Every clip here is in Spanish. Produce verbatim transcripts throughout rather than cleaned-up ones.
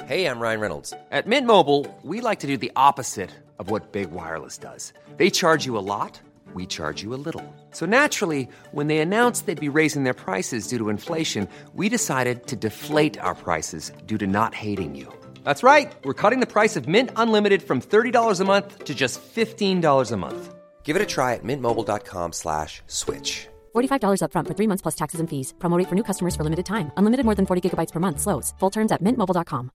Hey, I'm Ryan Reynolds. At Mint Mobile, we like to do the opposite of what Big Wireless does. They charge you a lot, we charge you a little. So naturally, when they announced they'd be raising their prices due to inflation, we decided to deflate our prices due to not hating you. That's right. We're cutting the price of Mint Unlimited from thirty dollars a month to just fifteen dollars a month. Give it a try at mintmobile.com slash switch. forty-five dollars up front for three months plus taxes and fees. Promo rate for new customers for limited time. Unlimited more than forty gigabytes per month. Slows full terms at mint mobile dot com.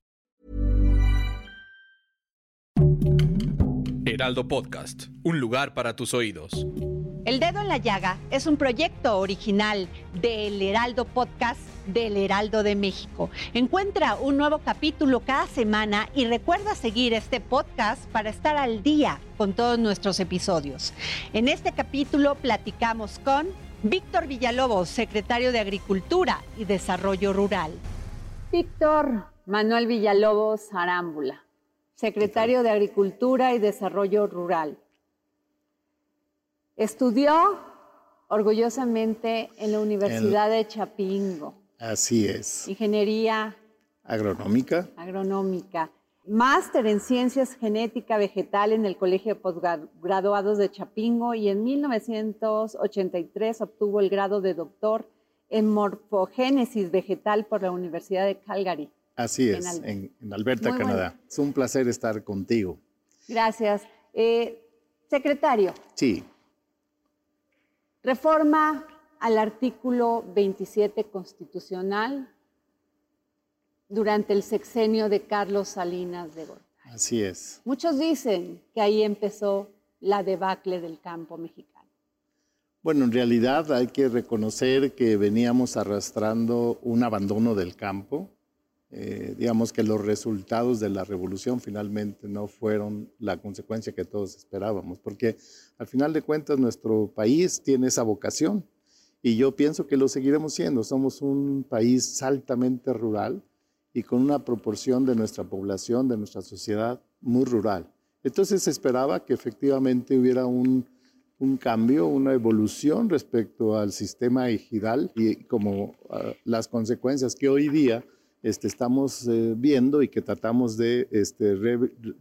Heraldo Podcast, un lugar para tus oídos. El Dedo en la Llaga es un proyecto original del Heraldo Podcast del Heraldo de México. Encuentra un nuevo capítulo cada semana y recuerda seguir este podcast para estar al día con todos nuestros episodios. En este capítulo platicamos con Víctor Villalobos, secretario de Agricultura y Desarrollo Rural. Víctor Manuel Villalobos Arámbula, secretario de Agricultura y Desarrollo Rural. Estudió orgullosamente en la Universidad El... de Chapingo. Así es. Ingeniería agronómica. Agronómica. Máster en Ciencias Genética Vegetal en el Colegio de Postgraduados de Chapingo y en mil novecientos ochenta y tres obtuvo el grado de doctor en Morfogénesis Vegetal por la Universidad de Calgary. Así es, en, Alberta, en, en Alberta Canadá. Bueno. Es un placer estar contigo. Gracias. Eh, secretario. Sí. Reforma al artículo veintisiete constitucional durante el sexenio de Carlos Salinas de Gortari. Así es. Muchos dicen que ahí empezó la debacle del campo mexicano. Bueno, en realidad hay que reconocer que veníamos arrastrando un abandono del campo. Eh, digamos que los resultados de la revolución finalmente no fueron la consecuencia que todos esperábamos, porque al final de cuentas nuestro país tiene esa vocación y yo pienso que lo seguiremos siendo. Somos un país altamente rural y con una proporción de nuestra población, de nuestra sociedad, muy rural. Entonces se esperaba que efectivamente hubiera un, un cambio, una evolución respecto al sistema ejidal y como uh, las consecuencias que hoy día Este, estamos eh, viendo y que tratamos de, este, re,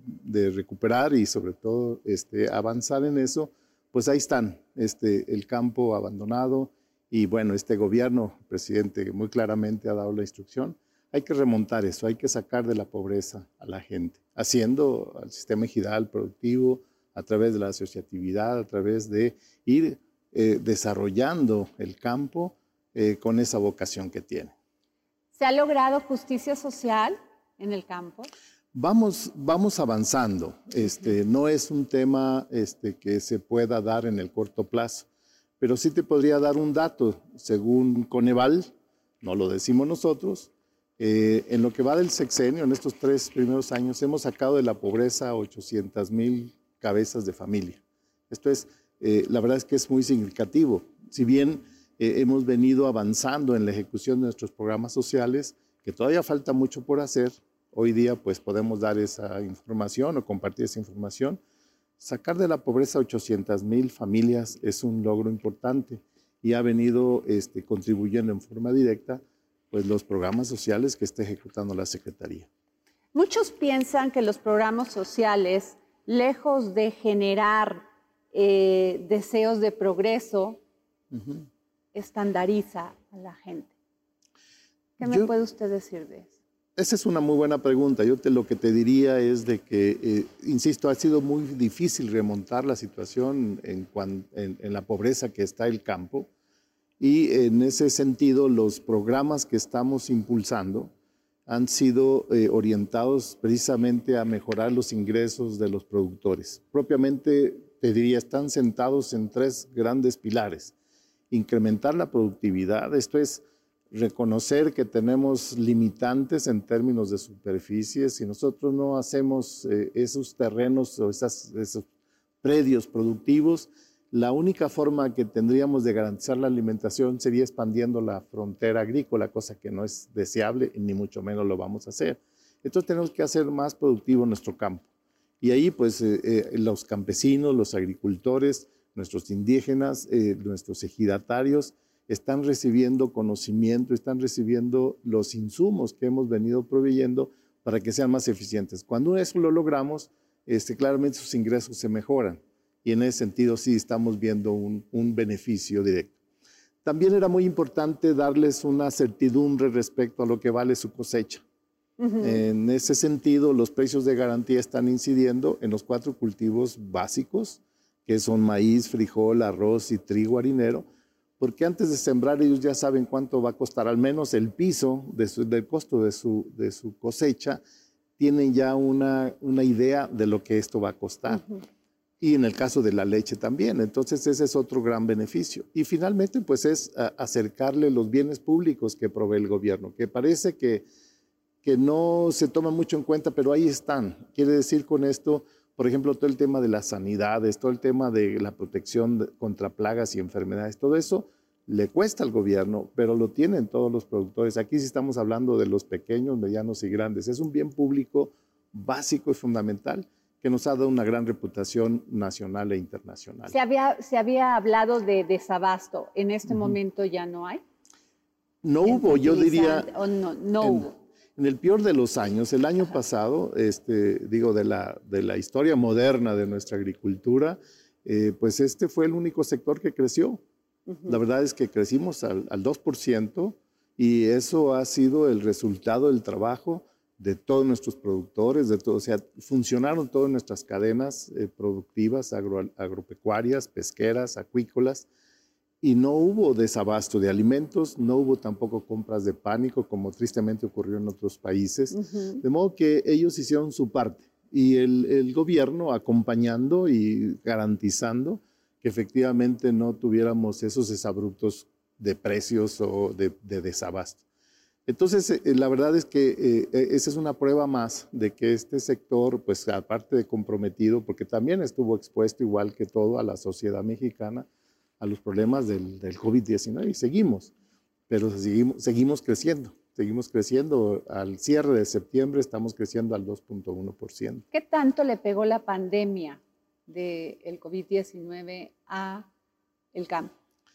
de recuperar y sobre todo este, avanzar en eso, pues ahí están, este, el campo abandonado y bueno, este gobierno, el presidente muy claramente ha dado la instrucción, hay que remontar eso, hay que sacar de la pobreza a la gente, haciendo al sistema ejidal productivo a través de la asociatividad, a través de ir eh, desarrollando el campo eh, con esa vocación que tiene. ¿Se ha logrado justicia social en el campo? Vamos, vamos avanzando. Este, no es un tema este, que se pueda dar en el corto plazo, pero sí te podría dar un dato. Según Coneval, no lo decimos nosotros, eh, en lo que va del sexenio, en estos tres primeros años, hemos sacado de la pobreza a ochocientas mil cabezas de familia. Esto es, eh, la verdad es que es muy significativo. Si bien Eh, hemos venido avanzando en la ejecución de nuestros programas sociales, que todavía falta mucho por hacer. Hoy día pues podemos dar esa información o compartir esa información. Sacar de la pobreza a ochocientas mil familias es un logro importante y ha venido este, contribuyendo en forma directa pues, los programas sociales que está ejecutando la Secretaría. Muchos piensan que los programas sociales, lejos de generar eh, deseos de progreso, uh-huh. estandariza a la gente. ¿Qué me Yo, puede usted decir de eso? Esa es una muy buena pregunta. Yo te, lo que te diría es de que, eh, insisto, ha sido muy difícil remontar la situación en, cuan, en, en la pobreza que está el campo y en ese sentido los programas que estamos impulsando han sido eh, orientados precisamente a mejorar los ingresos de los productores. Propiamente, te diría, están sentados en tres grandes pilares. Incrementar la productividad, esto es reconocer que tenemos limitantes en términos de superficie. Si nosotros no hacemos eh, esos terrenos o esas, esos predios productivos, la única forma que tendríamos de garantizar la alimentación sería expandiendo la frontera agrícola, cosa que no es deseable y ni mucho menos lo vamos a hacer. Entonces tenemos que hacer más productivo nuestro campo. Y ahí pues eh, eh, los campesinos, los agricultores, nuestros indígenas, eh, nuestros ejidatarios, están recibiendo conocimiento, están recibiendo los insumos que hemos venido proveyendo para que sean más eficientes. Cuando eso lo logramos, este, claramente sus ingresos se mejoran y en ese sentido sí estamos viendo un, un beneficio directo. También era muy importante darles una certidumbre respecto a lo que vale su cosecha. Uh-huh. En ese sentido, los precios de garantía están incidiendo en los cuatro cultivos básicos, que son maíz, frijol, arroz y trigo harinero, porque antes de sembrar ellos ya saben cuánto va a costar, al menos el piso de su, del costo de su, de su cosecha, tienen ya una, una idea de lo que esto va a costar. Uh-huh. Y en el caso de la leche también. Entonces ese es otro gran beneficio. Y finalmente pues es a, acercarle los bienes públicos que provee el gobierno, que parece que, que no se toma mucho en cuenta, pero ahí están. Quiere decir con esto, por ejemplo, todo el tema de las sanidades, todo el tema de la protección de, contra plagas y enfermedades, todo eso le cuesta al gobierno, pero lo tienen todos los productores. Aquí sí estamos hablando de los pequeños, medianos y grandes. Es un bien público básico y fundamental que nos ha dado una gran reputación nacional e internacional. Se había, se había hablado de desabasto. ¿En este uh-huh. momento ya no hay? No hubo, yo diría... ¿O no, no en, hubo? En el peor de los años, el año pasado, este, digo, de la, de la historia moderna de nuestra agricultura, eh, pues este fue el único sector que creció. Uh-huh. La verdad es que crecimos al, al dos por ciento y eso ha sido el resultado del trabajo de todos nuestros productores, de todo, o sea, funcionaron todas nuestras cadenas eh, productivas, agro, agropecuarias, pesqueras, acuícolas, y no hubo desabasto de alimentos, no hubo tampoco compras de pánico, como tristemente ocurrió en otros países, uh-huh. de modo que ellos hicieron su parte, y el, el gobierno acompañando y garantizando que efectivamente no tuviéramos esos desabruptos de precios o de, de desabasto. Entonces, eh, la verdad es que eh, esa es una prueba más de que este sector, pues aparte de comprometido, porque también estuvo expuesto igual que todo a la sociedad mexicana, a los problemas del, del COVID diecinueve y seguimos, pero seguimos, seguimos creciendo, seguimos creciendo. Al cierre de septiembre estamos creciendo al dos punto uno por ciento. ¿Qué tanto le pegó la pandemia del COVID diecinueve a el campo?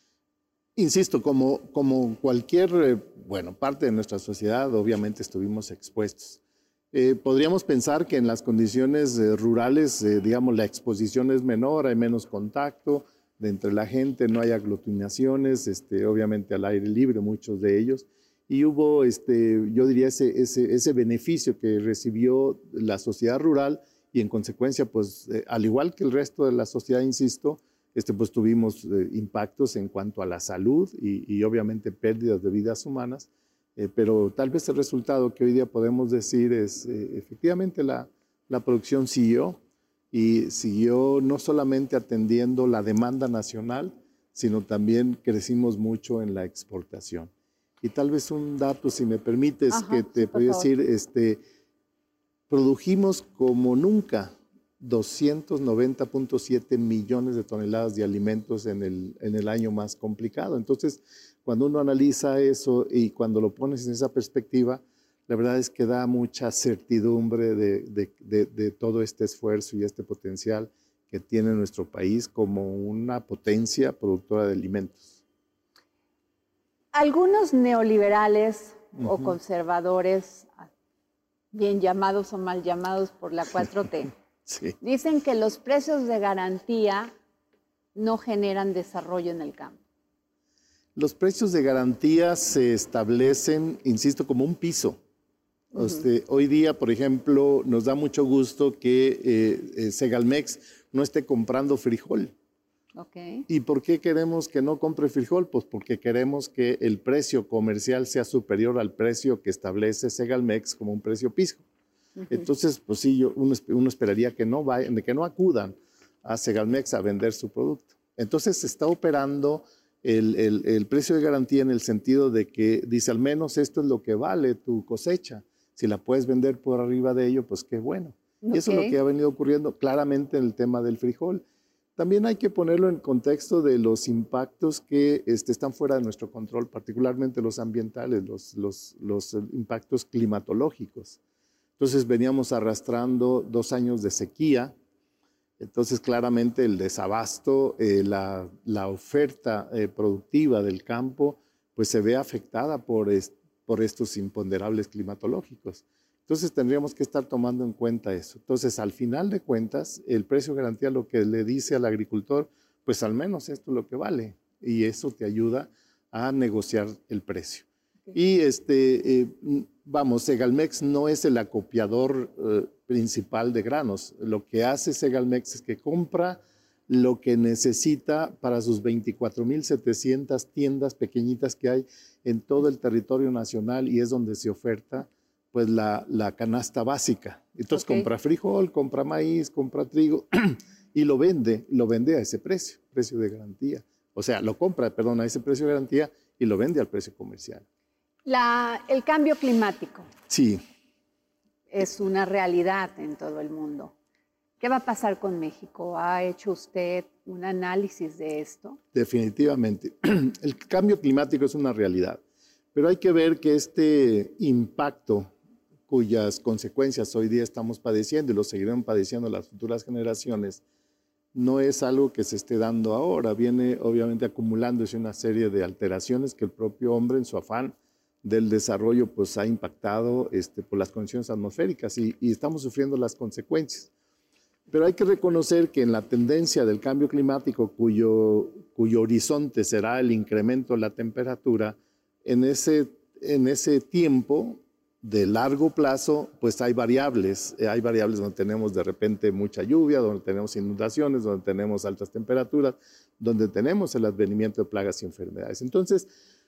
Insisto, como, como cualquier, eh, bueno, parte de nuestra sociedad, obviamente estuvimos expuestos. Eh, podríamos pensar que en las condiciones eh, rurales, eh, digamos, la exposición es menor, hay menos contacto de entre la gente, no hay aglutinaciones, este, obviamente al aire libre, muchos de ellos, y hubo, este, yo diría, ese, ese, ese beneficio que recibió la sociedad rural y en consecuencia, pues, eh, al igual que el resto de la sociedad, insisto, Este, pues tuvimos eh, impactos en cuanto a la salud y, y obviamente pérdidas de vidas humanas, eh, pero tal vez el resultado que hoy día podemos decir es eh, efectivamente la, la producción siguió y siguió no solamente atendiendo la demanda nacional, sino también crecimos mucho en la exportación. Y tal vez un dato, si me permites, Ajá, que te puedo decir, este, produjimos como nunca doscientos noventa punto siete millones de toneladas de alimentos en el, en el año más complicado. Entonces, cuando uno analiza eso y cuando lo pones en esa perspectiva, la verdad es que da mucha certidumbre de, de, de, de todo este esfuerzo y este potencial que tiene nuestro país como una potencia productora de alimentos. Algunos neoliberales uh-huh. o conservadores, bien llamados o mal llamados por la cuatro T, Sí. dicen que los precios de garantía no generan desarrollo en el campo. Los precios de garantía se establecen, insisto, como un piso. Uh-huh. Este, hoy día, por ejemplo, nos da mucho gusto que eh, eh, Segalmex no esté comprando frijol. Okay. ¿Y por qué queremos que no compre frijol? Pues porque queremos que el precio comercial sea superior al precio que establece Segalmex como un precio piso. Uh-huh. Entonces, pues sí, yo, uno, uno esperaría que no, vayan, que no acudan a Segalmex a vender su producto. Entonces, se está operando el, el, el precio de garantía en el sentido de que dice, al menos esto es lo que vale tu cosecha. Si la puedes vender por arriba de ello, pues qué bueno. Okay. Y eso es lo que ha venido ocurriendo claramente en el tema del frijol. También hay que ponerlo en contexto de los impactos que este, están fuera de nuestro control, particularmente los ambientales, los, los, los impactos climatológicos. Entonces veníamos arrastrando dos años de sequía, entonces claramente el desabasto, eh, la, la oferta eh, productiva del campo, pues se ve afectada por, est por estos imponderables climatológicos. Entonces tendríamos que estar tomando en cuenta eso. Entonces, al final de cuentas, el precio de garantía lo que le dice al agricultor, pues al menos esto es lo que vale, y eso te ayuda a negociar el precio. Okay. Y este, eh, vamos, Segalmex no es el acopiador eh, principal de granos. Lo que hace Segalmex es que compra lo que necesita para sus veinticuatro mil setecientas tiendas pequeñitas que hay en todo el territorio nacional, y es donde se oferta pues la, la canasta básica. Entonces okay. compra frijol, compra maíz, compra trigo y lo vende, lo vende a ese precio, precio de garantía. O sea, lo compra, perdón, a ese precio de garantía y lo vende al precio comercial. La, el cambio climático. Sí. Es una realidad en todo el mundo. ¿Qué va a pasar con México? ¿Ha hecho usted un análisis de esto? Definitivamente. El cambio climático es una realidad, pero hay que ver que este impacto cuyas consecuencias hoy día estamos padeciendo y lo seguirán padeciendo las futuras generaciones, no es algo que se esté dando ahora. Viene obviamente acumulándose una serie de alteraciones que el propio hombre en su afán del desarrollo pues ha impactado este, por las condiciones atmosféricas y, y estamos sufriendo las consecuencias. Pero hay que reconocer que en la tendencia del cambio climático, cuyo, cuyo horizonte será el incremento de la temperatura, en ese, en ese tiempo de largo plazo, pues hay variables. Hay variables donde tenemos de repente mucha lluvia, donde tenemos inundaciones, donde tenemos altas temperaturas, donde tenemos el advenimiento de plagas y enfermedades. Entonces,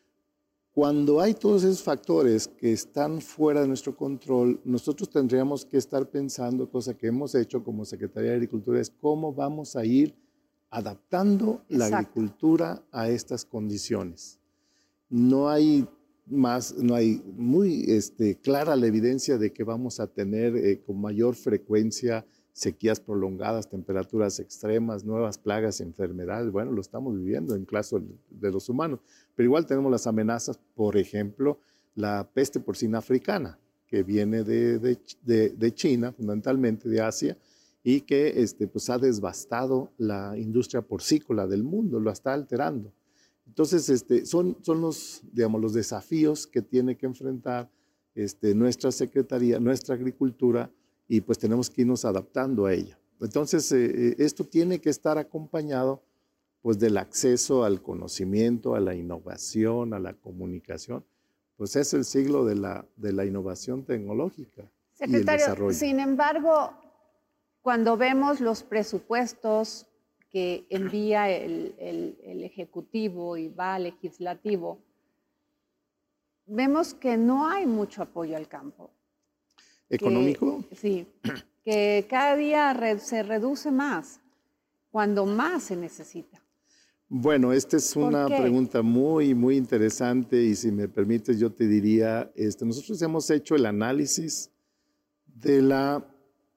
cuando hay todos esos factores que están fuera de nuestro control, nosotros tendríamos que estar pensando, cosa que hemos hecho como Secretaría de Agricultura, es cómo vamos a ir adaptando Exacto. la agricultura a estas condiciones. No hay más, no hay muy este, clara la evidencia de que vamos a tener eh, con mayor frecuencia sequías prolongadas, temperaturas extremas, nuevas plagas, enfermedades. Bueno, lo estamos viviendo en caso de los humanos. Pero igual tenemos las amenazas, por ejemplo, la peste porcina africana, que viene de, de, de, de China, fundamentalmente de Asia, y que este, pues, ha devastado la industria porcícola del mundo, lo está alterando. Entonces, este, son, son los, digamos, los desafíos que tiene que enfrentar este, nuestra Secretaría, nuestra Agricultura, y pues tenemos que irnos adaptando a ella. Entonces, eh, esto tiene que estar acompañado pues, del acceso al conocimiento, a la innovación, a la comunicación. Pues es el siglo de la, de la innovación tecnológica. Secretario, y el desarrollo. Sin embargo, cuando vemos los presupuestos que envía el, el, el Ejecutivo y va al Legislativo, vemos que no hay mucho apoyo al campo. ¿Económico? Que, sí, que cada día re, se reduce más, cuando más se necesita. Bueno, esta es una pregunta muy, muy interesante y si me permites yo te diría, este, nosotros hemos hecho el análisis de la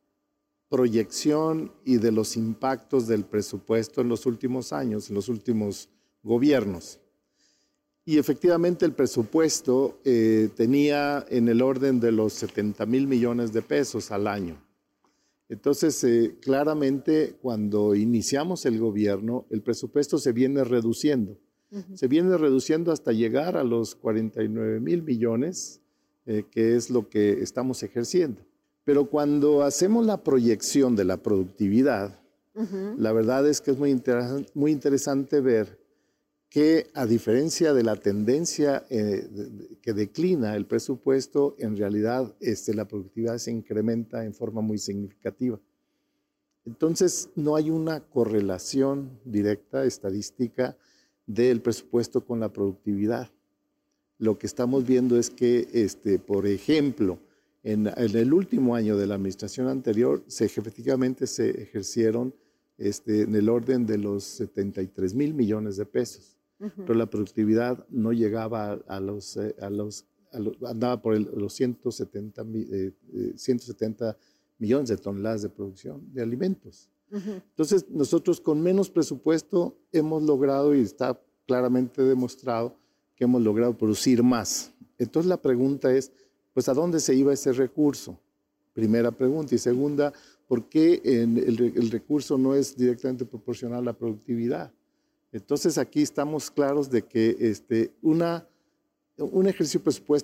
proyección y de los impactos del presupuesto en los últimos años, en los últimos gobiernos. Y efectivamente el presupuesto eh, tenía en el orden de los setenta mil millones de pesos al año. Entonces, eh, claramente cuando iniciamos el gobierno, el presupuesto se viene reduciendo. Uh-huh. Se viene reduciendo hasta llegar a los cuarenta y nueve mil millones, eh, que es lo que estamos ejerciendo. Pero cuando hacemos la proyección de la productividad, uh-huh. la verdad es que es muy, interes- muy interesante ver que a diferencia de la tendencia eh, de, de, que declina el presupuesto, en realidad este, la productividad se incrementa en forma muy significativa. Entonces, no hay una correlación directa, estadística, del presupuesto con la productividad. Lo que estamos viendo es que, este, por ejemplo, en, en el último año de la administración anterior, se, efectivamente se ejercieron este, en el orden de los setenta y tres mil millones de pesos. Uh-huh. Pero la productividad no llegaba a, a, los, eh, a, los, a los, andaba por el, los ciento setenta, eh, ciento setenta millones de toneladas de producción de alimentos. Uh-huh. Entonces, nosotros con menos presupuesto hemos logrado, y está claramente demostrado, que hemos logrado producir más. Entonces, la pregunta es, pues, ¿a dónde se iba ese recurso? Primera pregunta. Y segunda, ¿por qué en el, el recurso no es directamente proporcional a la productividad? Entonces, aquí estamos claros de que este, una, un ejercicio de presupuesto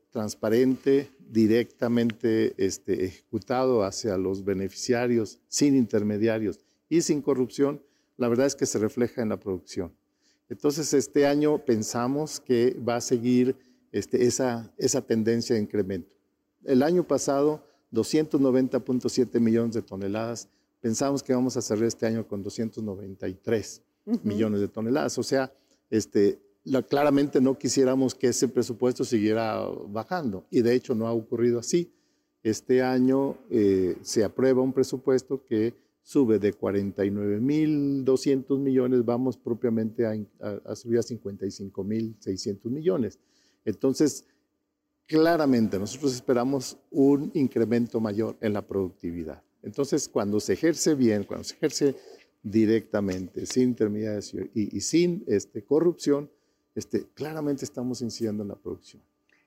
transparente, directamente este, ejecutado hacia los beneficiarios, sin intermediarios y sin corrupción, la verdad es que se refleja en la producción. Entonces, este año pensamos que va a seguir este, esa, esa tendencia de incremento. El año pasado, doscientos noventa punto siete millones de toneladas. Pensamos que vamos a cerrar este año con doscientos noventa y tres uh-huh. millones de toneladas. O sea, este, la, claramente no quisiéramos que ese presupuesto siguiera bajando. Y de hecho no ha ocurrido así. Este año eh, se aprueba un presupuesto que sube de cuarenta y nueve mil doscientos millones, vamos propiamente a, a, a subir a cincuenta y cinco mil seiscientos millones. Entonces, claramente nosotros esperamos un incremento mayor en la productividad. Entonces, cuando se ejerce bien, cuando se ejerce directamente, sin intermediarios y, y sin este, corrupción, este, claramente estamos incidiendo en la producción.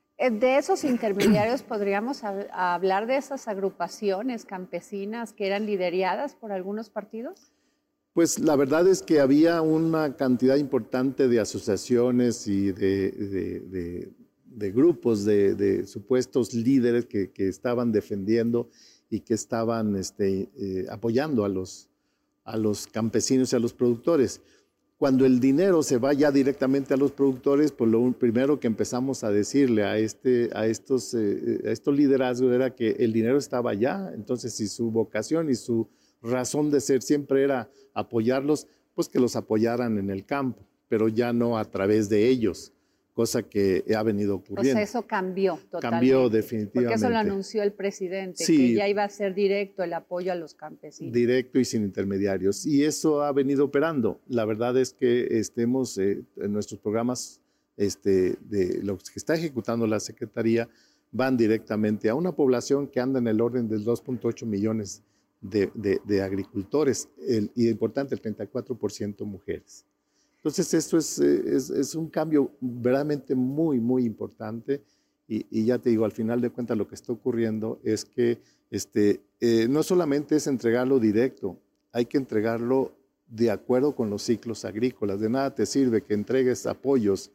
De esos intermediarios, ¿podríamos hablar de esas agrupaciones campesinas que eran lideradas por algunos partidos? Pues la verdad es que había una cantidad importante de asociaciones y de, de, de, de grupos de, de supuestos líderes que, que estaban defendiendo y que estaban este, eh, apoyando a los, a los campesinos y a los productores. Cuando el dinero se va ya directamente a los productores, pues lo primero que empezamos a decirle a, este, a, estos, eh, a estos liderazgos era que el dinero estaba allá. Entonces, si su vocación y su razón de ser siempre era apoyarlos, pues que los apoyaran en el campo, pero ya no a través de ellos, cosa que ha venido ocurriendo. O sea, eso cambió totalmente. Cambió definitivamente. Porque eso lo anunció el presidente, sí, que ya iba a ser directo el apoyo a los campesinos. Directo y sin intermediarios. Y eso ha venido operando. La verdad es que estemos eh, en nuestros programas, este, de los que está ejecutando la Secretaría, van directamente a una población que anda en el orden del dos punto ocho millones de, de, de agricultores. El, y importante, el treinta y cuatro por ciento mujeres. Entonces, esto es, es, es un cambio verdaderamente muy, muy importante y, y ya te digo, al final de cuentas lo que está ocurriendo es que este, eh, no solamente es entregarlo directo, hay que entregarlo de acuerdo con los ciclos agrícolas. De nada te sirve que entregues apoyos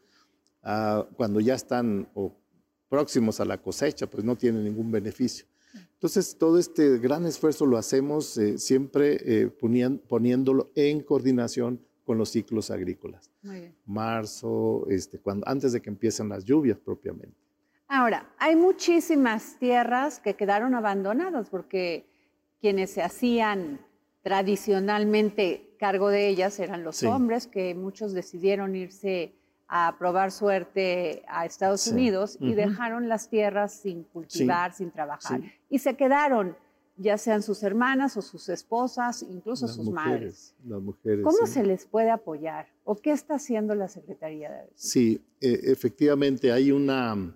a, cuando ya están o próximos a la cosecha, pues no tiene ningún beneficio. Entonces, todo este gran esfuerzo lo hacemos eh, siempre eh, poniendo, poniéndolo en coordinación con los ciclos agrícolas. Muy bien. Marzo, este, cuando, antes de que empiecen las lluvias propiamente. Ahora, hay muchísimas tierras que quedaron abandonadas porque quienes se hacían tradicionalmente cargo de ellas eran los sí. hombres, que muchos decidieron irse a probar suerte a Estados sí. Unidos y uh-huh. dejaron las tierras sin cultivar, sí. sin trabajar. Sí. Y se quedaron, ya sean sus hermanas o sus esposas, incluso las sus mujeres, madres. Las mujeres, ¿Cómo sí. se les puede apoyar? ¿O qué está haciendo la Secretaría de Agricultura? Sí, eh, efectivamente hay una,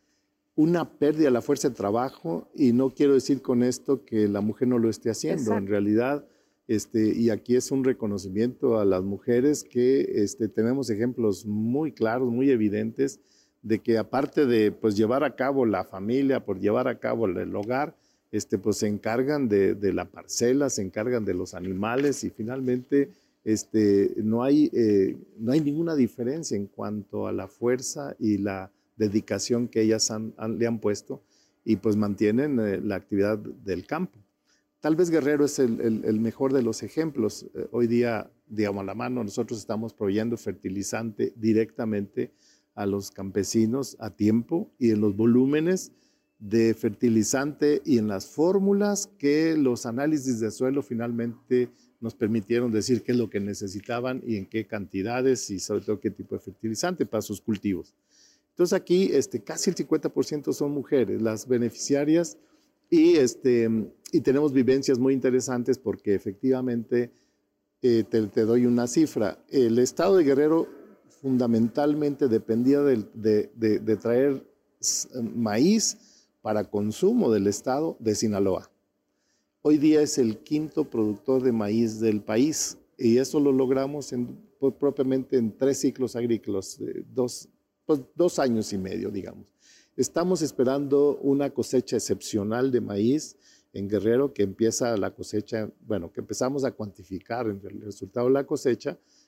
una pérdida de la fuerza de trabajo y no quiero decir con esto que la mujer no lo esté haciendo. Exacto. En realidad, este, y aquí es un reconocimiento a las mujeres que este, tenemos ejemplos muy claros, muy evidentes, de que aparte de pues, llevar a cabo la familia, por llevar a cabo el hogar, Este, pues se encargan de, de la parcela, se encargan de los animales y finalmente este, no, hay, eh, no hay ninguna diferencia en cuanto a la fuerza y la dedicación que ellas han, han, le han puesto y pues mantienen eh, la actividad del campo. Tal vez Guerrero es el, el, el mejor de los ejemplos. Eh, hoy día, digamos, a la mano, nosotros estamos proveyendo fertilizante directamente a los campesinos a tiempo y en los volúmenes de fertilizante y en las fórmulas que los análisis de suelo finalmente nos permitieron decir qué es lo que necesitaban y en qué cantidades y sobre todo qué tipo de fertilizante para sus cultivos. Entonces aquí este, casi el cincuenta por ciento son mujeres, las beneficiarias y, este, y tenemos vivencias muy interesantes porque efectivamente eh, te, te doy una cifra. El estado de Guerrero fundamentalmente dependía de, de, de, de traer maíz para consumo del estado de Sinaloa. Hoy día es el quinto productor de maíz del país y eso lo logramos en, pues, propiamente en tres ciclos agrícolas, eh, dos, pues, dos años y medio, digamos. Estamos esperando una cosecha excepcional de maíz en Guerrero que empieza la cosecha, bueno, que empezamos a cuantificar en el resultado de la cosecha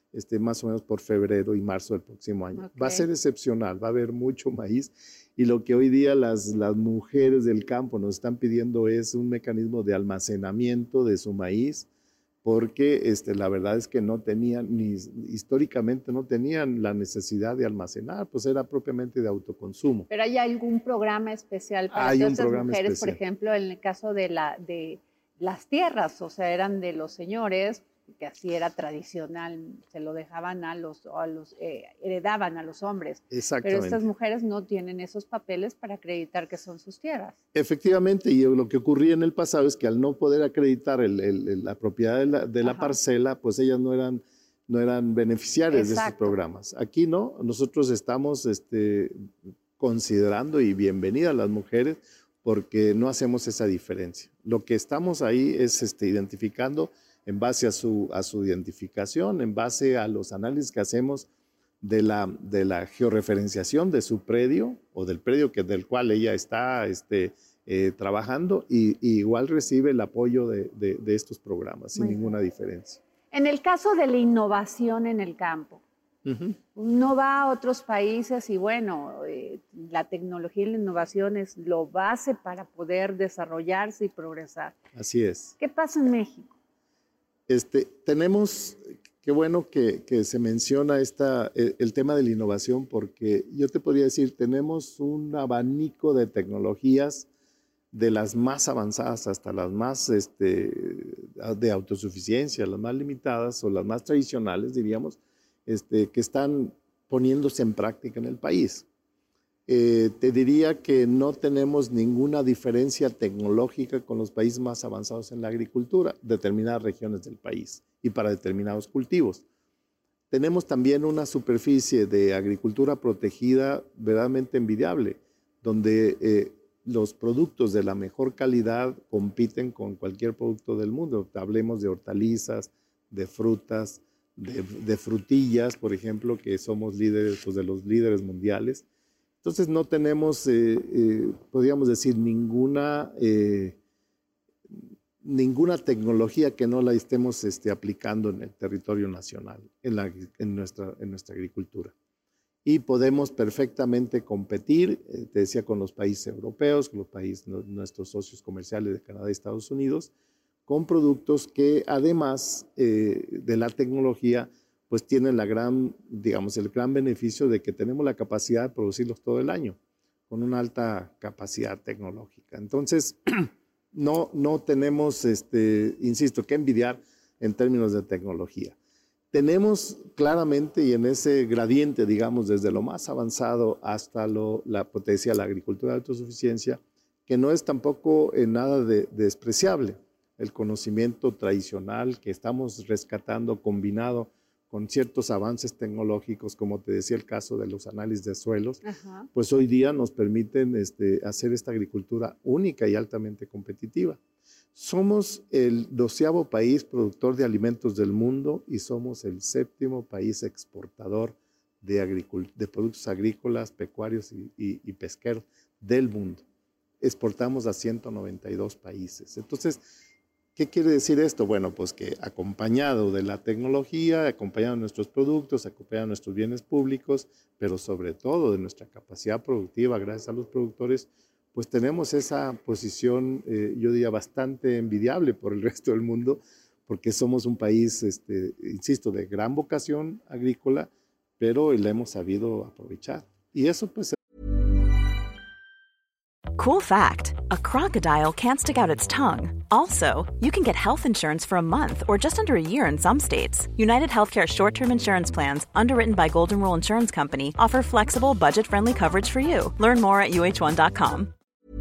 este, más o menos por febrero y marzo del próximo año. Okay. Va a ser excepcional, va a haber mucho maíz y lo que hoy día las, las mujeres del campo nos están pidiendo es un mecanismo de almacenamiento de su maíz, porque este, la verdad es que no tenían, ni históricamente no tenían la necesidad de almacenar, pues era propiamente de autoconsumo. ¿Pero hay algún programa especial para hay todas un estas mujeres? Especial. Por ejemplo, en el caso de, la, de las tierras, o sea, eran de los señores, que así era tradicional, se lo dejaban a los, a los eh, heredaban a los hombres. Exactamente. Pero estas mujeres no tienen esos papeles para acreditar que son sus tierras. Efectivamente, y lo que ocurría en el pasado es que al no poder acreditar el, el, la propiedad de la, de la parcela, pues ellas no eran, no eran beneficiarias Exacto. de esos programas. Aquí no, nosotros estamos este, considerando y bienvenidas las mujeres porque no hacemos esa diferencia. Lo que estamos ahí es este, identificando en base a su, a su identificación, en base a los análisis que hacemos de la, de la georreferenciación de su predio o del predio que, del cual ella está este, eh, trabajando y, y igual recibe el apoyo de, de, de estos programas sin Muy ninguna bien. diferencia. En el caso de la innovación en el campo, uh-huh. uno va a otros países y bueno, eh, la tecnología y la innovación es lo base para poder desarrollarse y progresar. Así es. ¿Qué pasa en México? Este, tenemos, qué bueno que, que se menciona esta, el, el tema de la innovación, porque yo te podría decir, tenemos un abanico de tecnologías de las más avanzadas hasta las más este, de autosuficiencia, las más limitadas o las más tradicionales, diríamos, este, que están poniéndose en práctica en el país. Eh, te diría que no tenemos ninguna diferencia tecnológica con los países más avanzados en la agricultura, determinadas regiones del país y para determinados cultivos. Tenemos también una superficie de agricultura protegida verdaderamente envidiable, donde eh, los productos de la mejor calidad compiten con cualquier producto del mundo. Hablemos de hortalizas, de frutas, de, de frutillas, por ejemplo, que somos líderes, pues, de los líderes mundiales. Entonces no tenemos, eh, eh, podríamos decir, ninguna, eh, ninguna tecnología que no la estemos este, aplicando en el territorio nacional, en, la, en, nuestra, en nuestra agricultura. Y podemos perfectamente competir, eh, te decía, con los países europeos, con los países, nuestros socios comerciales de Canadá y Estados Unidos, con productos que además eh, de la tecnología, pues tienen la gran, digamos, el gran beneficio de que tenemos la capacidad de producirlos todo el año, con una alta capacidad tecnológica. Entonces, no, no tenemos, este, insisto, que envidiar en términos de tecnología. Tenemos claramente, y en ese gradiente, digamos, desde lo más avanzado hasta lo, la potencia de la agricultura de autosuficiencia, que no es tampoco en nada de, de despreciable. El conocimiento tradicional que estamos rescatando, combinado con ciertos avances tecnológicos, como te decía el caso de los análisis de suelos, Ajá. pues hoy día nos permiten este, hacer esta agricultura única y altamente competitiva. Somos el doceavo país productor de alimentos del mundo y somos el séptimo país exportador de, agricul- de productos agrícolas, pecuarios y, y, y pesqueros del mundo. Exportamos a ciento noventa y dos países. Entonces, ¿qué quiere decir esto? Bueno, pues que acompañado de la tecnología, acompañado de nuestros productos, acompañado de nuestros bienes públicos, pero sobre todo de nuestra capacidad productiva, gracias a los productores, pues tenemos esa posición, eh, yo diría, bastante envidiable por el resto del mundo, porque somos un país, este, insisto, de gran vocación agrícola, pero la hemos sabido aprovechar. Y eso pues... Cool fact, a crocodile can't stick out its tongue. Also, you can get health insurance for a month or just under a year in some states. United Healthcare short-term insurance plans, underwritten by Golden Rule Insurance Company, offer flexible, budget-friendly coverage for you. Learn more at U H one dot com.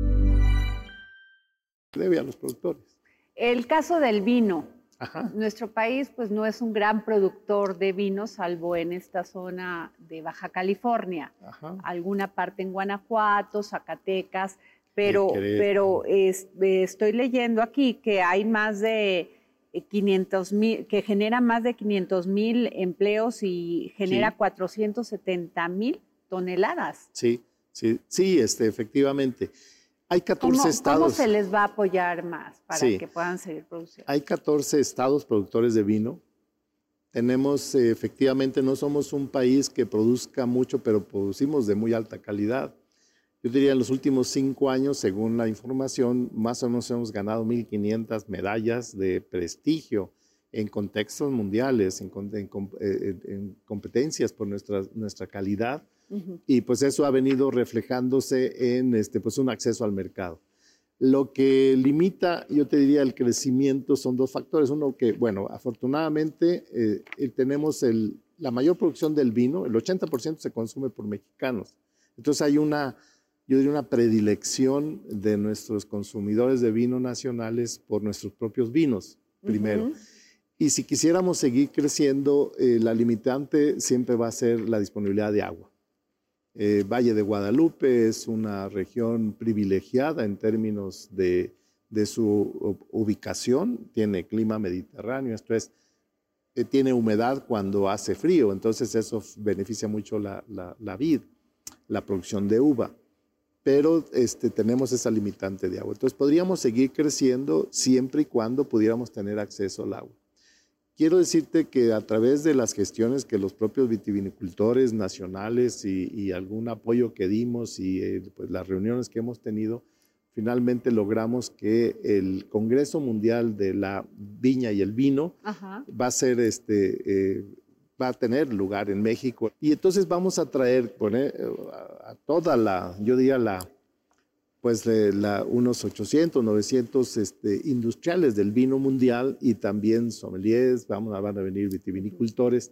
Debe a los productores. El caso del vino. Ajá. Nuestro país pues no es un gran productor de vino, salvo en esta zona de Baja California. Ajá. Alguna parte en Guanajuato, Zacatecas, pero, pero es, estoy leyendo aquí que hay más de quinientos mil, que genera más de quinientos mil empleos y genera sí. cuatrocientos setenta mil toneladas. Sí, sí, sí, este, efectivamente. Hay catorce ¿Cómo, estados. ¿Cómo se les va a apoyar más para sí. que puedan seguir produciendo? Hay catorce estados productores de vino Tenemos, eh, efectivamente, no somos un país que produzca mucho, pero producimos de muy alta calidad. Yo diría en los últimos cinco años, según la información, más o menos hemos ganado mil quinientas medallas de prestigio en contextos mundiales, en, en, en, en competencias por nuestra, nuestra calidad. Uh-huh. Y pues eso ha venido reflejándose en este, pues un acceso al mercado. Lo que limita, yo te diría, el crecimiento son dos factores. Uno que, bueno, afortunadamente eh, tenemos el, la mayor producción del vino, el ochenta por ciento se consume por mexicanos. Entonces hay una, yo diría, una predilección de nuestros consumidores de vino nacionales por nuestros propios vinos, primero. Uh-huh. Y si quisiéramos seguir creciendo, eh, la limitante siempre va a ser la disponibilidad de agua. Eh, Valle de Guadalupe es una región privilegiada en términos de, de su ubicación, tiene clima mediterráneo, esto es, eh, tiene humedad cuando hace frío, entonces eso beneficia mucho la, la, la vid, la producción de uva, pero este, tenemos esa limitante de agua. Entonces podríamos seguir creciendo siempre y cuando pudiéramos tener acceso al agua. Quiero decirte que a través de las gestiones que los propios vitivinicultores nacionales y, y algún apoyo que dimos y eh, pues las reuniones que hemos tenido, finalmente logramos que el Congreso Mundial de la Viña y el Vino Ajá. va a ser este, eh, va a tener lugar en México. Y entonces vamos a traer poner, a toda la, yo diría la, pues de la, unos ochocientos, novecientos este, industriales del vino mundial y también sommeliers, vamos a, van a venir vitivinicultores,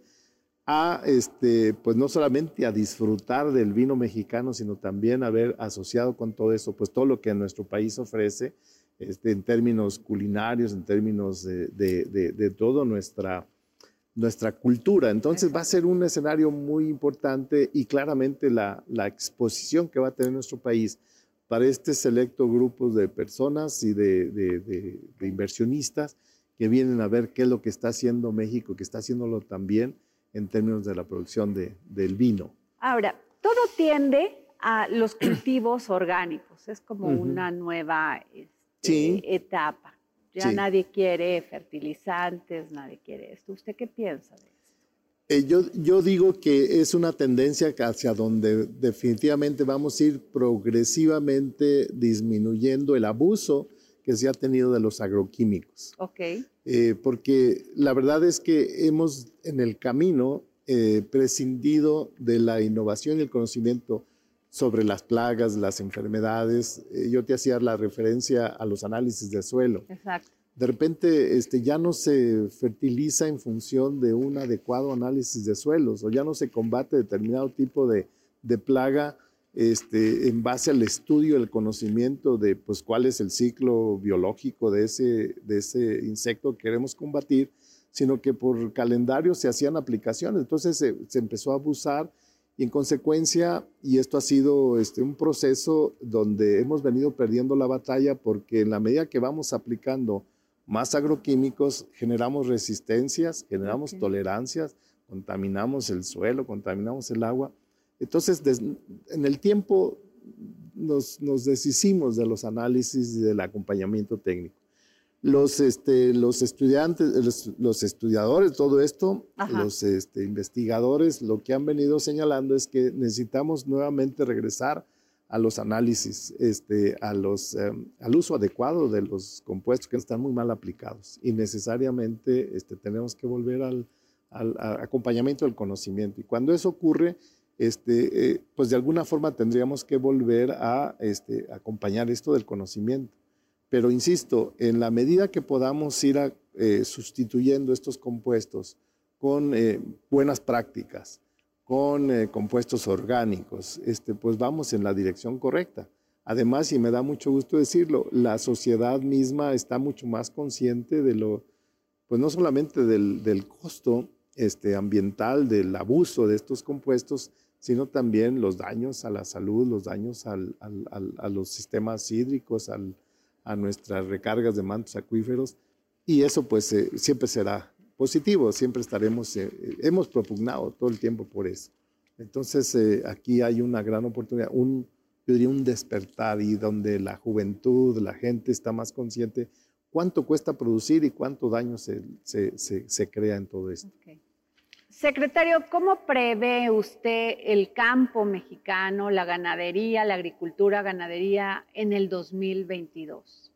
a, este, pues no solamente a disfrutar del vino mexicano, sino también haber asociado con todo eso, pues todo lo que nuestro país ofrece, este, en términos culinarios, en términos de, de, de, de toda nuestra, nuestra cultura. Entonces va a ser un escenario muy importante y claramente la, la exposición que va a tener nuestro país para este selecto grupo de personas y de, de, de, de inversionistas que vienen a ver qué es lo que está haciendo México, que está haciéndolo también en términos de la producción de, del vino. Ahora, todo tiende a los cultivos orgánicos, es como uh-huh. una nueva este, sí. etapa. Ya sí. nadie quiere fertilizantes, nadie quiere esto. ¿Usted qué piensa de eso? Eh, yo, yo digo que es una tendencia hacia donde definitivamente vamos a ir progresivamente disminuyendo el abuso que se ha tenido de los agroquímicos. Ok. Eh, porque la verdad es que hemos en el camino eh, prescindido de la innovación y el conocimiento sobre las plagas, las enfermedades. Eh, yo te hacía la referencia a los análisis de suelo. Exacto. De repente este, ya no se fertiliza en función de un adecuado análisis de suelos o ya no se combate determinado tipo de, de plaga este, en base al estudio, el conocimiento de pues, cuál es el ciclo biológico de ese, de ese insecto que queremos combatir, sino que por calendario se hacían aplicaciones. Entonces se, se empezó a abusar y en consecuencia, y esto ha sido este, un proceso donde hemos venido perdiendo la batalla porque en la medida que vamos aplicando más agroquímicos, generamos resistencias, generamos okay. tolerancias, contaminamos el suelo, contaminamos el agua. Entonces, des, en el tiempo nos, nos deshicimos de los análisis y del acompañamiento técnico. Los, este, los estudiantes, los, los estudiadores, todo esto, Ajá. los este, investigadores, lo que han venido señalando es que necesitamos nuevamente regresar a los análisis, este, a los, um, al uso adecuado de los compuestos que están muy mal aplicados y necesariamente este, tenemos que volver al, al acompañamiento del conocimiento. Y cuando eso ocurre, este, eh, pues de alguna forma tendríamos que volver a este, acompañar esto del conocimiento. Pero insisto, en la medida que podamos ir a, eh, sustituyendo estos compuestos con eh, buenas prácticas, con eh, compuestos orgánicos, este, pues vamos en la dirección correcta. Además, y me da mucho gusto decirlo, la sociedad misma está mucho más consciente de lo, pues no solamente del, del costo este, ambiental, del abuso de estos compuestos, sino también los daños a la salud, los daños al, al, al, a los sistemas hídricos, al, a nuestras recargas de mantos acuíferos, y eso pues eh, siempre será positivo, siempre estaremos, eh, hemos propugnado todo el tiempo por eso. Entonces eh, aquí hay una gran oportunidad, un, yo diría un despertar y donde la juventud, la gente está más consciente cuánto cuesta producir y cuánto daño se, se, se, se crea en todo esto. Okay. Secretario, ¿cómo prevé usted el campo mexicano, la ganadería, la agricultura, ganadería en el dos mil veintidós?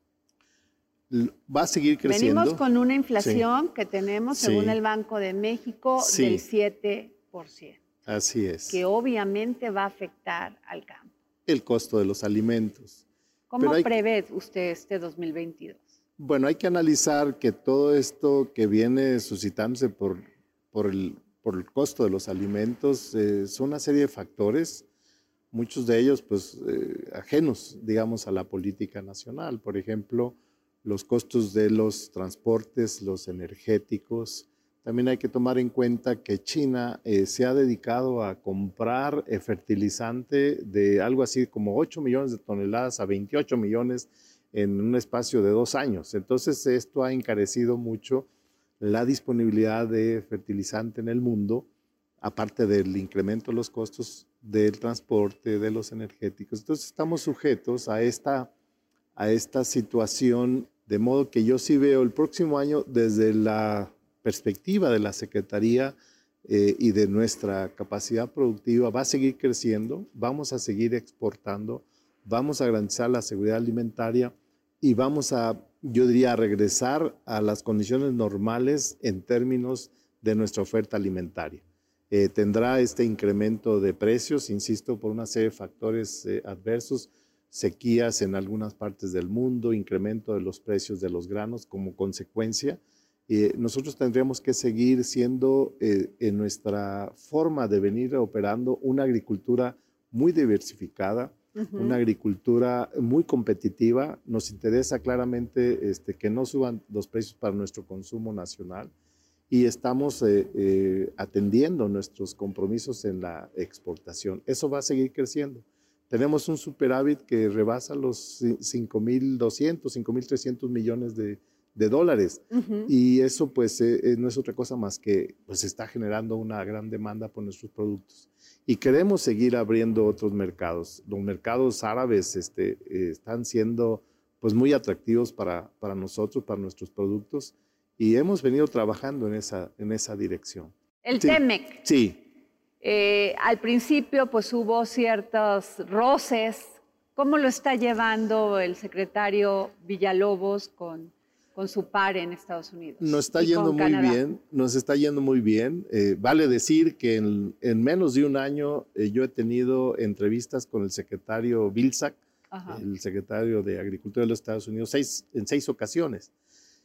Va a seguir creciendo. Venimos con una inflación sí. que tenemos, sí. según el Banco de México, sí. del siete por ciento. Así es. Que obviamente va a afectar al campo. El costo de los alimentos. ¿Cómo hay... prevé usted este dos mil veintidós? Bueno, hay que analizar que todo esto que viene suscitándose por, por, el, por el costo de los alimentos eh, son una serie de factores, muchos de ellos pues eh, ajenos, digamos, a la política nacional. Por ejemplo, los costos de los transportes, los energéticos. También hay que tomar en cuenta que China eh, se ha dedicado a comprar eh, fertilizante de algo así como ocho millones de toneladas a veintiocho millones en un espacio de dos años. Entonces esto ha encarecido mucho la disponibilidad de fertilizante en el mundo, aparte del incremento de los costos del transporte, de los energéticos. Entonces estamos sujetos a esta, a esta situación, de modo que yo sí veo el próximo año desde la perspectiva de la Secretaría eh, y de nuestra capacidad productiva va a seguir creciendo, vamos a seguir exportando, vamos a garantizar la seguridad alimentaria y vamos a, yo diría, a regresar a las condiciones normales en términos de nuestra oferta alimentaria. Eh, tendrá este incremento de precios, insisto, por una serie de factores eh, adversos, sequías en algunas partes del mundo, incremento de los precios de los granos como consecuencia. Eh, nosotros tendríamos que seguir siendo eh, en nuestra forma de venir operando una agricultura muy diversificada, uh-huh. una agricultura muy competitiva. Nos interesa claramente este, que no suban los precios para nuestro consumo nacional y estamos eh, eh, atendiendo nuestros compromisos en la exportación. Eso va a seguir creciendo. Tenemos un superávit que rebasa los cinco mil doscientos, cinco mil trescientos millones de de dólares uh-huh. y eso pues eh, no es otra cosa más que pues está generando una gran demanda por nuestros productos y queremos seguir abriendo otros mercados. Los mercados árabes este, eh, están siendo pues muy atractivos para, para nosotros, para nuestros productos y hemos venido trabajando en esa, en esa dirección. El sí. Temec. Sí. Eh, al principio pues hubo ciertos roces. ¿Cómo lo está llevando el secretario Villalobos con con su par en Estados Unidos? Nos está yendo muy bien, nos está yendo muy bien. Eh, vale decir que en, en menos de un año eh, yo he tenido entrevistas con el secretario Vilsack, Ajá. el secretario de Agricultura de los Estados Unidos, seis, en seis ocasiones.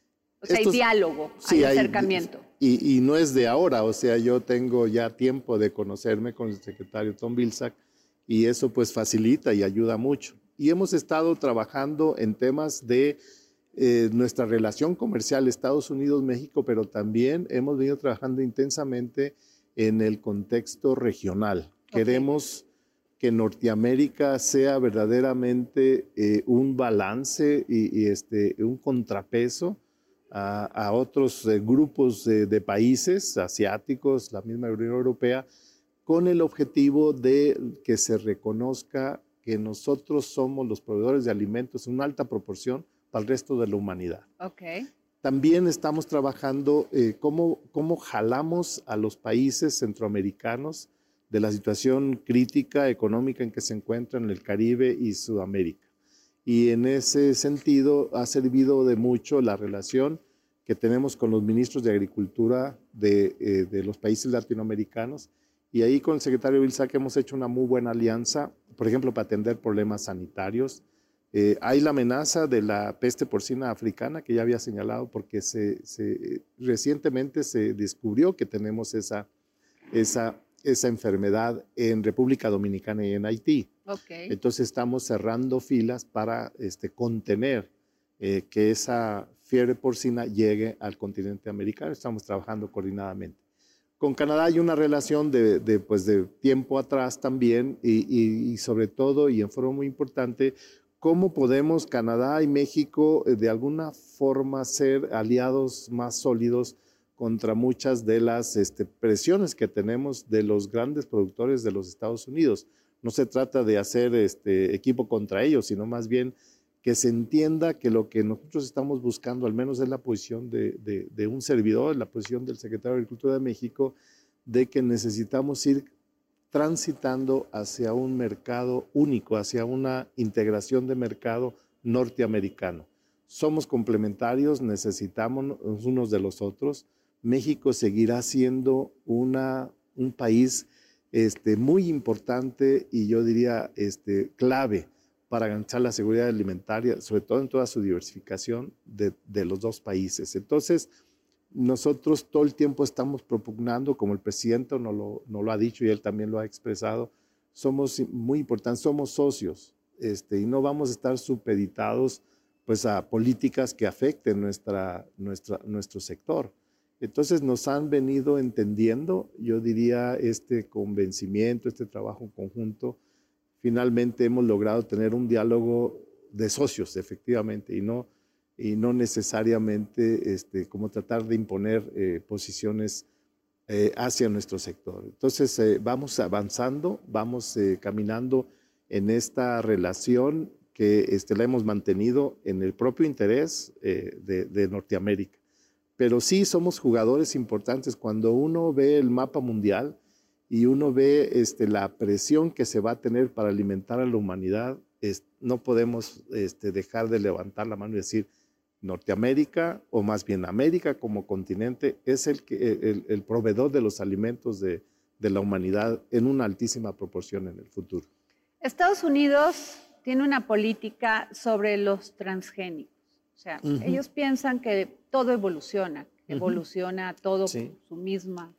O sea, Estos, hay diálogo, sí, hay acercamiento. Hay, y, y no es de ahora, o sea, yo tengo ya tiempo de conocerme con el secretario Tom Vilsack y eso pues facilita y ayuda mucho. Y hemos estado trabajando en temas de Eh, nuestra relación comercial Estados Unidos-México, pero también hemos venido trabajando intensamente en el contexto regional. Okay. Queremos que Norteamérica sea verdaderamente eh, un balance y, y este, un contrapeso a, a otros eh, grupos eh, de países asiáticos, la misma Unión Europea, con el objetivo de que se reconozca que nosotros somos los proveedores de alimentos en una alta proporción para el resto de la humanidad. Okay. También estamos trabajando eh, cómo, cómo jalamos a los países centroamericanos de la situación crítica económica en que se encuentran en el Caribe y Sudamérica. Y en ese sentido ha servido de mucho la relación que tenemos con los ministros de Agricultura de, eh, de los países latinoamericanos. Y ahí con el secretario Vilsack hemos hecho una muy buena alianza, por ejemplo, para atender problemas sanitarios. Eh, hay la amenaza de la peste porcina africana que ya había señalado porque se, se, recientemente se descubrió que tenemos esa, esa, esa enfermedad en República Dominicana y en Haití. Okay. Entonces estamos cerrando filas para este, contener eh, que esa fiebre porcina llegue al continente americano. Estamos trabajando coordinadamente. Con Canadá hay una relación de, de, pues de tiempo atrás también y, y, y sobre todo y en forma muy importante ¿cómo podemos Canadá y México eh, de alguna forma ser aliados más sólidos contra muchas de las este, presiones que tenemos de los grandes productores de los Estados Unidos? No se trata de hacer este, equipo contra ellos, sino más bien que se entienda que lo que nosotros estamos buscando, al menos es la posición de, de, de un servidor, la posición del secretario de Agricultura de México, de que necesitamos ir transitando hacia un mercado único, hacia una integración de mercado norteamericano. Somos complementarios, necesitamos unos de los otros. México seguirá siendo una, un país este, muy importante y yo diría este, clave para garantizar la seguridad alimentaria, sobre todo en toda su diversificación de, de los dos países. Entonces, nosotros todo el tiempo estamos propugnando, como el presidente nos lo, nos lo ha dicho y él también lo ha expresado, somos muy importantes, somos socios este, y no vamos a estar supeditados pues, a políticas que afecten nuestra, nuestra, nuestro sector. Entonces nos han venido entendiendo, yo diría, este convencimiento, este trabajo conjunto. Finalmente hemos logrado tener un diálogo de socios, efectivamente, y no, y no necesariamente este, como tratar de imponer eh, posiciones eh, hacia nuestro sector. Entonces eh, vamos avanzando, vamos eh, caminando en esta relación que este, la hemos mantenido en el propio interés eh, de, de Norteamérica. Pero sí somos jugadores importantes. Cuando uno ve el mapa mundial y uno ve este, la presión que se va a tener para alimentar a la humanidad, es, no podemos este, dejar de levantar la mano y decir Norteamérica, o más bien América como continente, es el, que, el, el proveedor de los alimentos de, de la humanidad en una altísima proporción en el futuro. Estados Unidos tiene una política sobre los transgénicos. O sea, uh-huh. ellos piensan que todo evoluciona, evoluciona uh-huh. todo sí. por su misma.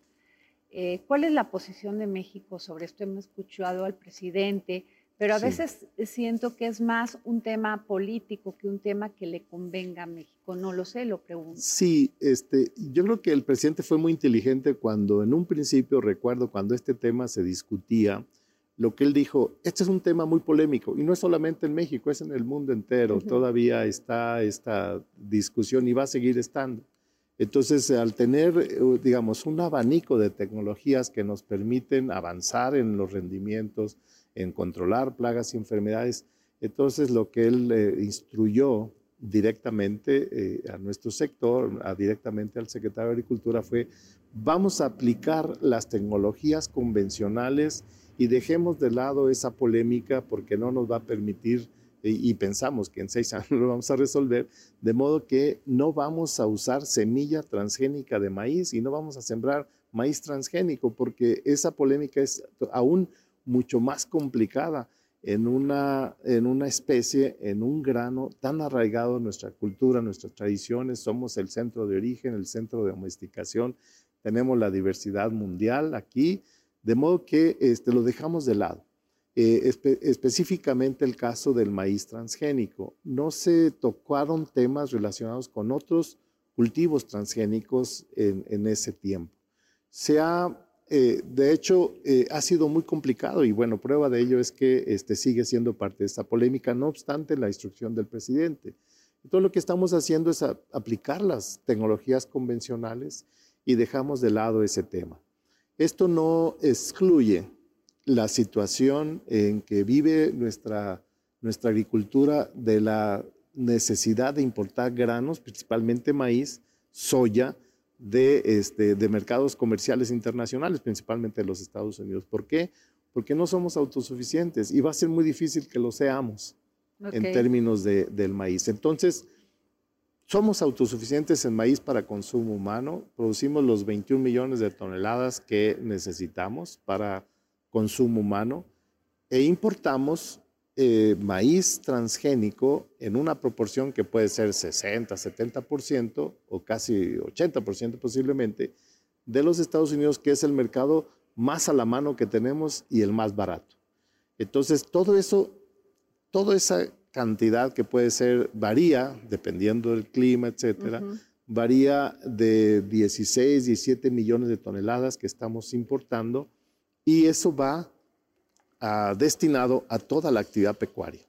Eh, ¿Cuál es la posición de México sobre esto? Hemos escuchado al presidente, pero a sí. veces siento que es más un tema político que un tema que le convenga a México. No lo sé, lo pregunto. Sí, este, yo creo que el presidente fue muy inteligente cuando en un principio, recuerdo, cuando este tema se discutía, lo que él dijo, este es un tema muy polémico, y no es solamente en México, es en el mundo entero. Uh-huh. Todavía está esta discusión y va a seguir estando. Entonces, al tener, digamos, un abanico de tecnologías que nos permiten avanzar en los rendimientos, en controlar plagas y enfermedades, entonces lo que él eh, instruyó directamente eh, a nuestro sector, a, directamente al secretario de Agricultura, fue, vamos a aplicar las tecnologías convencionales y dejemos de lado esa polémica porque no nos va a permitir, y, y pensamos que en seis años lo vamos a resolver, de modo que no vamos a usar semilla transgénica de maíz y no vamos a sembrar maíz transgénico, porque esa polémica es aún mucho más complicada en una, en una especie, en un grano tan arraigado en nuestra cultura, nuestras tradiciones. Somos el centro de origen, el centro de domesticación, tenemos la diversidad mundial aquí, de modo que este, lo dejamos de lado. Eh, espe específicamente el caso del maíz transgénico. No se tocaron temas relacionados con otros cultivos transgénicos en, en ese tiempo. Se ha, eh, de hecho, eh, ha sido muy complicado y bueno, prueba de ello es que este, sigue siendo parte de esta polémica, no obstante la instrucción del presidente. Entonces lo que estamos haciendo es a, aplicar las tecnologías convencionales y dejamos de lado ese tema. Esto no excluye la situación en que vive nuestra, nuestra agricultura de la necesidad de importar granos, principalmente maíz, soya, de, este, de mercados comerciales internacionales, principalmente de los Estados Unidos. ¿Por qué? Porque no somos autosuficientes y va a ser muy difícil que lo seamos okay. en términos de, del maíz. Entonces, somos autosuficientes en maíz para consumo humano, producimos los veintiún millones de toneladas que necesitamos para consumo humano e importamos eh, maíz transgénico en una proporción que puede ser sesenta, setenta por ciento o casi ochenta por ciento posiblemente de los Estados Unidos, que es el mercado más a la mano que tenemos y el más barato. Entonces, todo eso, toda esa cantidad que puede ser, varía dependiendo del clima, etcétera, uh-huh. varía de dieciséis, diecisiete millones de toneladas que estamos importando y eso va a, destinado a toda la actividad pecuaria.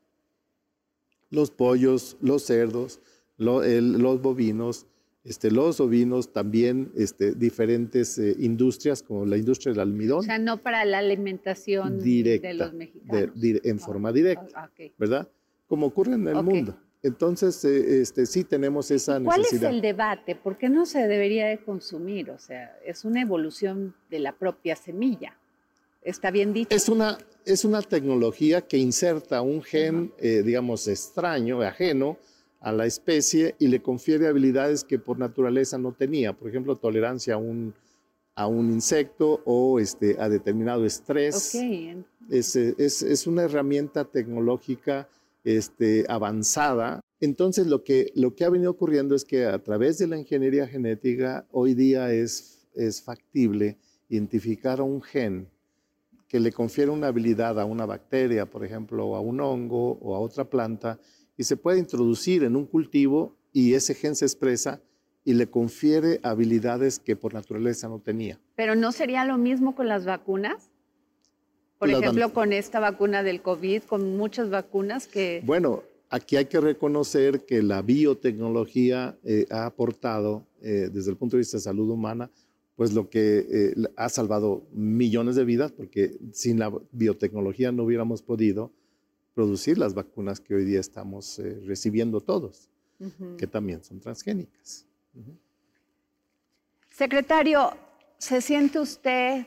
Los pollos, los cerdos, lo, el, los bovinos, este, los ovinos, también este, diferentes eh, industrias como la industria del almidón. O sea, no para la alimentación directa, de los mexicanos. De, de, en forma directa, oh, okay. ¿verdad? Como ocurre en el okay. mundo. Entonces, eh, este, sí tenemos esa ¿Cuál necesidad. es el debate? ¿Por qué no se debería de consumir? O sea, es una evolución de la propia semilla. ¿Está bien dicho? Es una, es una tecnología que inserta un gen, eh, digamos, extraño, ajeno a la especie y le confiere habilidades que por naturaleza no tenía. Por ejemplo, tolerancia a un, a un insecto o este, a determinado estrés. Okay. Es, es, es una herramienta tecnológica este, avanzada. Entonces, lo que, lo que ha venido ocurriendo es que a través de la ingeniería genética, hoy día es, es factible identificar un gen que le confiere una habilidad a una bacteria, por ejemplo, o a un hongo o a otra planta, y se puede introducir en un cultivo y ese gen se expresa y le confiere habilidades que por naturaleza no tenía. ¿Pero no sería lo mismo con las vacunas? Por Las ejemplo, van- con esta vacuna del COVID, con muchas vacunas que... Bueno, aquí hay que reconocer que la biotecnología eh, ha aportado, eh, desde el punto de vista de salud humana, pues lo que eh, ha salvado millones de vidas, porque sin la biotecnología no hubiéramos podido producir las vacunas que hoy día estamos eh, recibiendo todos, uh-huh. que también son transgénicas. Uh-huh. Secretario, ¿se siente usted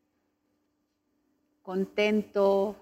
contento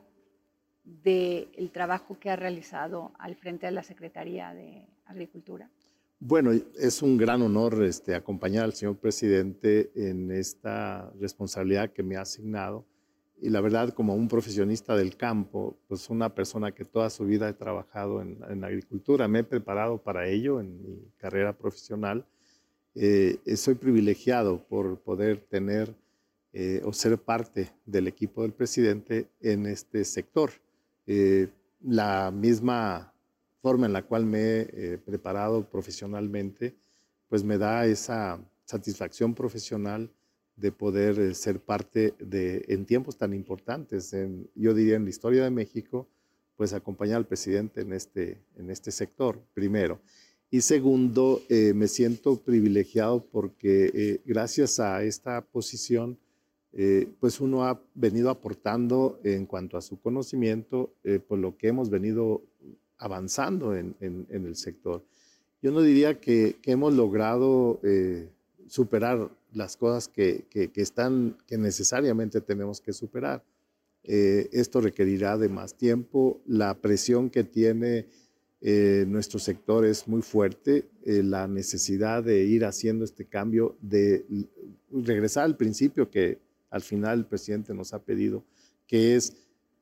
del trabajo que ha realizado al frente de la Secretaría de Agricultura? Bueno, es un gran honor este, acompañar al señor presidente en esta responsabilidad que me ha asignado. Y la verdad, como un profesionista del campo, pues una persona que toda su vida he trabajado en, en agricultura, me he preparado para ello en mi carrera profesional. Eh, soy privilegiado por poder tener eh, o ser parte del equipo del presidente en este sector. Eh, la misma forma en la cual me he eh, preparado profesionalmente, pues me da esa satisfacción profesional de poder eh, ser parte de, en tiempos tan importantes, en, yo diría en la historia de México, pues acompañar al presidente en este, en este sector, primero. Y segundo, eh, me siento privilegiado porque eh, gracias a esta posición, eh, pues uno ha venido aportando en cuanto a su conocimiento, eh, por lo que hemos venido avanzando en, en, en el sector. Yo no diría que, que hemos logrado eh, superar las cosas que, que, que, están, que necesariamente tenemos que superar. Eh, esto requerirá de más tiempo. La presión que tiene eh, nuestro sector es muy fuerte. Eh, la necesidad de ir haciendo este cambio, de regresar al principio que al final el presidente nos ha pedido, que es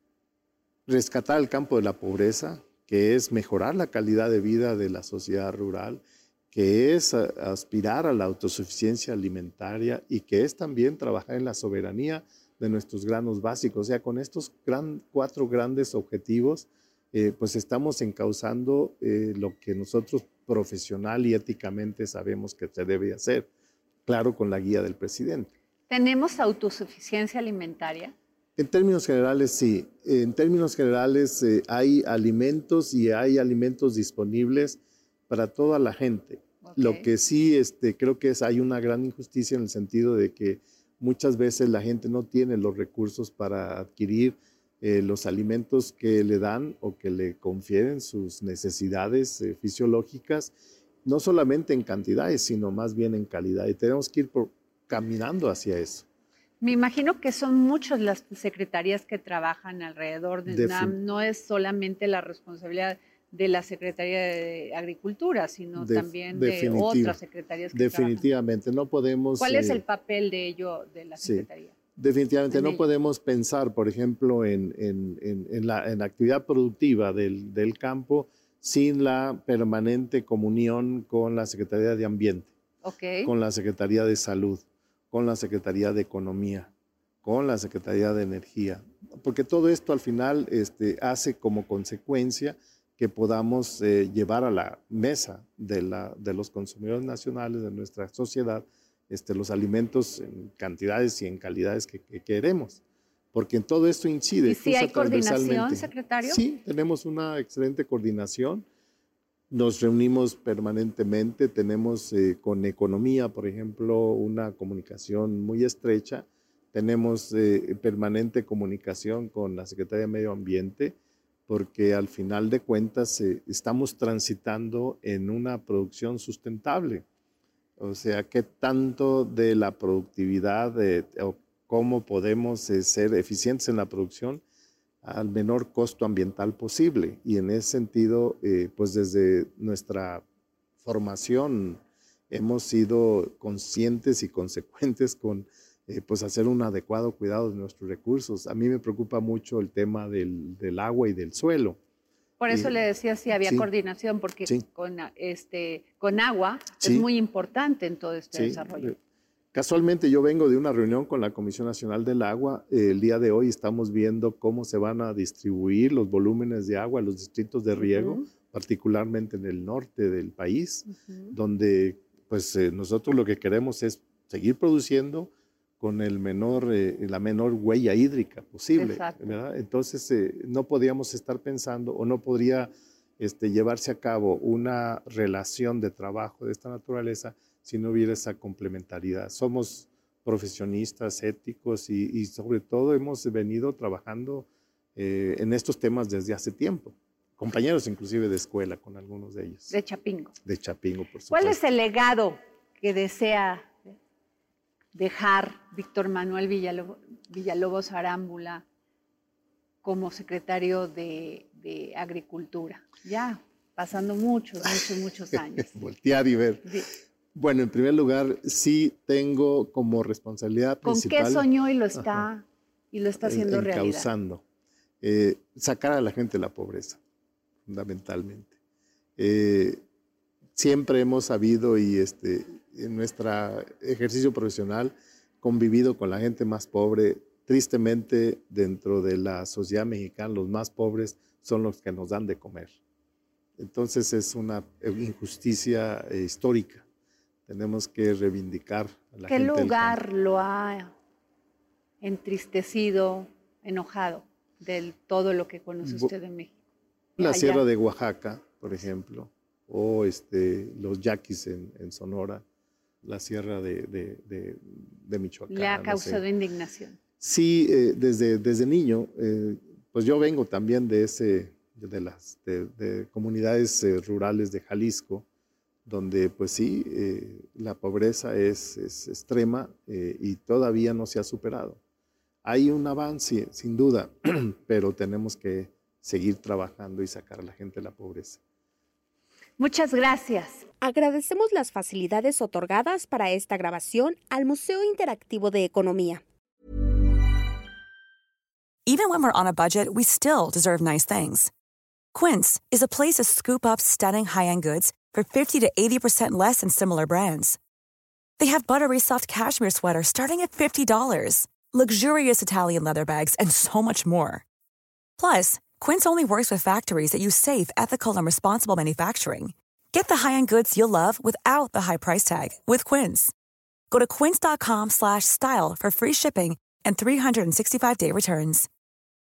rescatar el campo de la pobreza, que es mejorar la calidad de vida de la sociedad rural, que es aspirar a la autosuficiencia alimentaria y que es también trabajar en la soberanía de nuestros granos básicos. O sea, con estos gran, cuatro grandes objetivos, eh, pues estamos encauzando eh, lo que nosotros profesional y éticamente sabemos que se debe hacer, claro, con la guía del presidente. ¿Tenemos autosuficiencia alimentaria? En términos generales, sí. En términos generales, eh, hay alimentos y hay alimentos disponibles para toda la gente. Okay. Lo que sí este, creo que es, hay una gran injusticia en el sentido de que muchas veces la gente no tiene los recursos para adquirir eh, los alimentos que le dan o que le confieren sus necesidades eh, fisiológicas, no solamente en cantidades, sino más bien en calidad. Y tenemos que ir por, caminando hacia eso. Me imagino que son muchas las secretarías que trabajan alrededor de U N A M. No es solamente la responsabilidad de la Secretaría de Agricultura, sino de, también de otras secretarías que definitivamente, trabajan. No podemos... ¿Cuál eh, es el papel de ello, de la Secretaría? Sí, definitivamente no ello? podemos pensar, por ejemplo, en, en, en, en, la, en la actividad productiva del, del campo sin la permanente comunión con la Secretaría de Ambiente, okay. con la Secretaría de Salud, con la Secretaría de Economía, con la Secretaría de Energía, porque todo esto al final este, hace como consecuencia que podamos eh, llevar a la mesa de, la, de los consumidores nacionales de nuestra sociedad este, los alimentos en cantidades y en calidades que, que queremos, porque en todo esto incide. ¿Y si hay coordinación, secretario? Sí, tenemos una excelente coordinación. Nos reunimos permanentemente, tenemos eh, con Economía, por ejemplo, una comunicación muy estrecha, tenemos eh, permanente comunicación con la Secretaría de Medio Ambiente, porque al final de cuentas eh, estamos transitando en una producción sustentable. O sea, qué tanto de la productividad de, o cómo podemos eh, ser eficientes en la producción al menor costo ambiental posible. Y en ese sentido, eh, pues desde nuestra formación hemos sido conscientes y consecuentes con eh, pues hacer un adecuado cuidado de nuestros recursos. A mí me preocupa mucho el tema del, del agua y del suelo. Por eso y, le decía si había sí, coordinación, porque sí. con, este, con agua sí. es muy importante en todo este sí. desarrollo. Casualmente yo vengo de una reunión con la Comisión Nacional del Agua. Eh, el día de hoy estamos viendo cómo se van a distribuir los volúmenes de agua a los distritos de riego, uh-huh. particularmente en el norte del país, uh-huh. donde pues eh, nosotros lo que queremos es seguir produciendo con el menor, eh, la menor huella hídrica posible, ¿verdad? Entonces eh, no podíamos estar pensando o no podría este, llevarse a cabo una relación de trabajo de esta naturaleza si no hubiera esa complementariedad. Somos profesionistas, éticos y, y sobre todo hemos venido trabajando eh, en estos temas desde hace tiempo. Compañeros inclusive de escuela con algunos de ellos. De Chapingo. De Chapingo, por supuesto. ¿Cuál es el legado que desea dejar Víctor Manuel Villalobos, Villalobos Arámbula como secretario de, de Agricultura? Ya pasando muchos, muchos, muchos años. Voltear y ver. Sí. Bueno, en primer lugar, sí tengo como responsabilidad principal. ¿Con qué soñó y lo está, y lo está haciendo realidad? Encauzando. Eh, sacar a la gente de la pobreza, fundamentalmente. Eh, siempre hemos sabido y este, en nuestro ejercicio profesional convivido con la gente más pobre. Tristemente, dentro de la sociedad mexicana, los más pobres son los que nos dan de comer. Entonces es una injusticia eh, histórica. Tenemos que reivindicar a la gente. ¿Qué lugar del lo ha entristecido, enojado de todo lo que conoce usted de México? La Allá. Sierra de Oaxaca, por ejemplo, o este, los yaquis en, en Sonora, la Sierra de, de, de, de Michoacán. ¿Le ha causado no sé. indignación? Sí, eh, desde, desde niño, eh, pues yo vengo también de, ese, de las de, de comunidades eh, rurales de Jalisco, donde pues sí, eh, la pobreza es, es extrema eh, y todavía no se ha superado. Hay un avance, sin duda, pero tenemos que seguir trabajando y sacar a la gente de la pobreza. Muchas gracias. Agradecemos las facilidades otorgadas para esta grabación al Museo Interactivo de Economía. Even when we're on a budget, we still deserve nice things. Quince is a place to scoop up stunning high-end goods for fifty to eighty percent less than similar brands. They have buttery soft cashmere sweaters starting at fifty dollars, luxurious Italian leather bags, and so much more. Plus, Quince only works with factories that use safe, ethical, and responsible manufacturing. Get the high-end goods you'll love without the high price tag with Quince. Go to quince.com slash style for free shipping and three sixty-five day returns.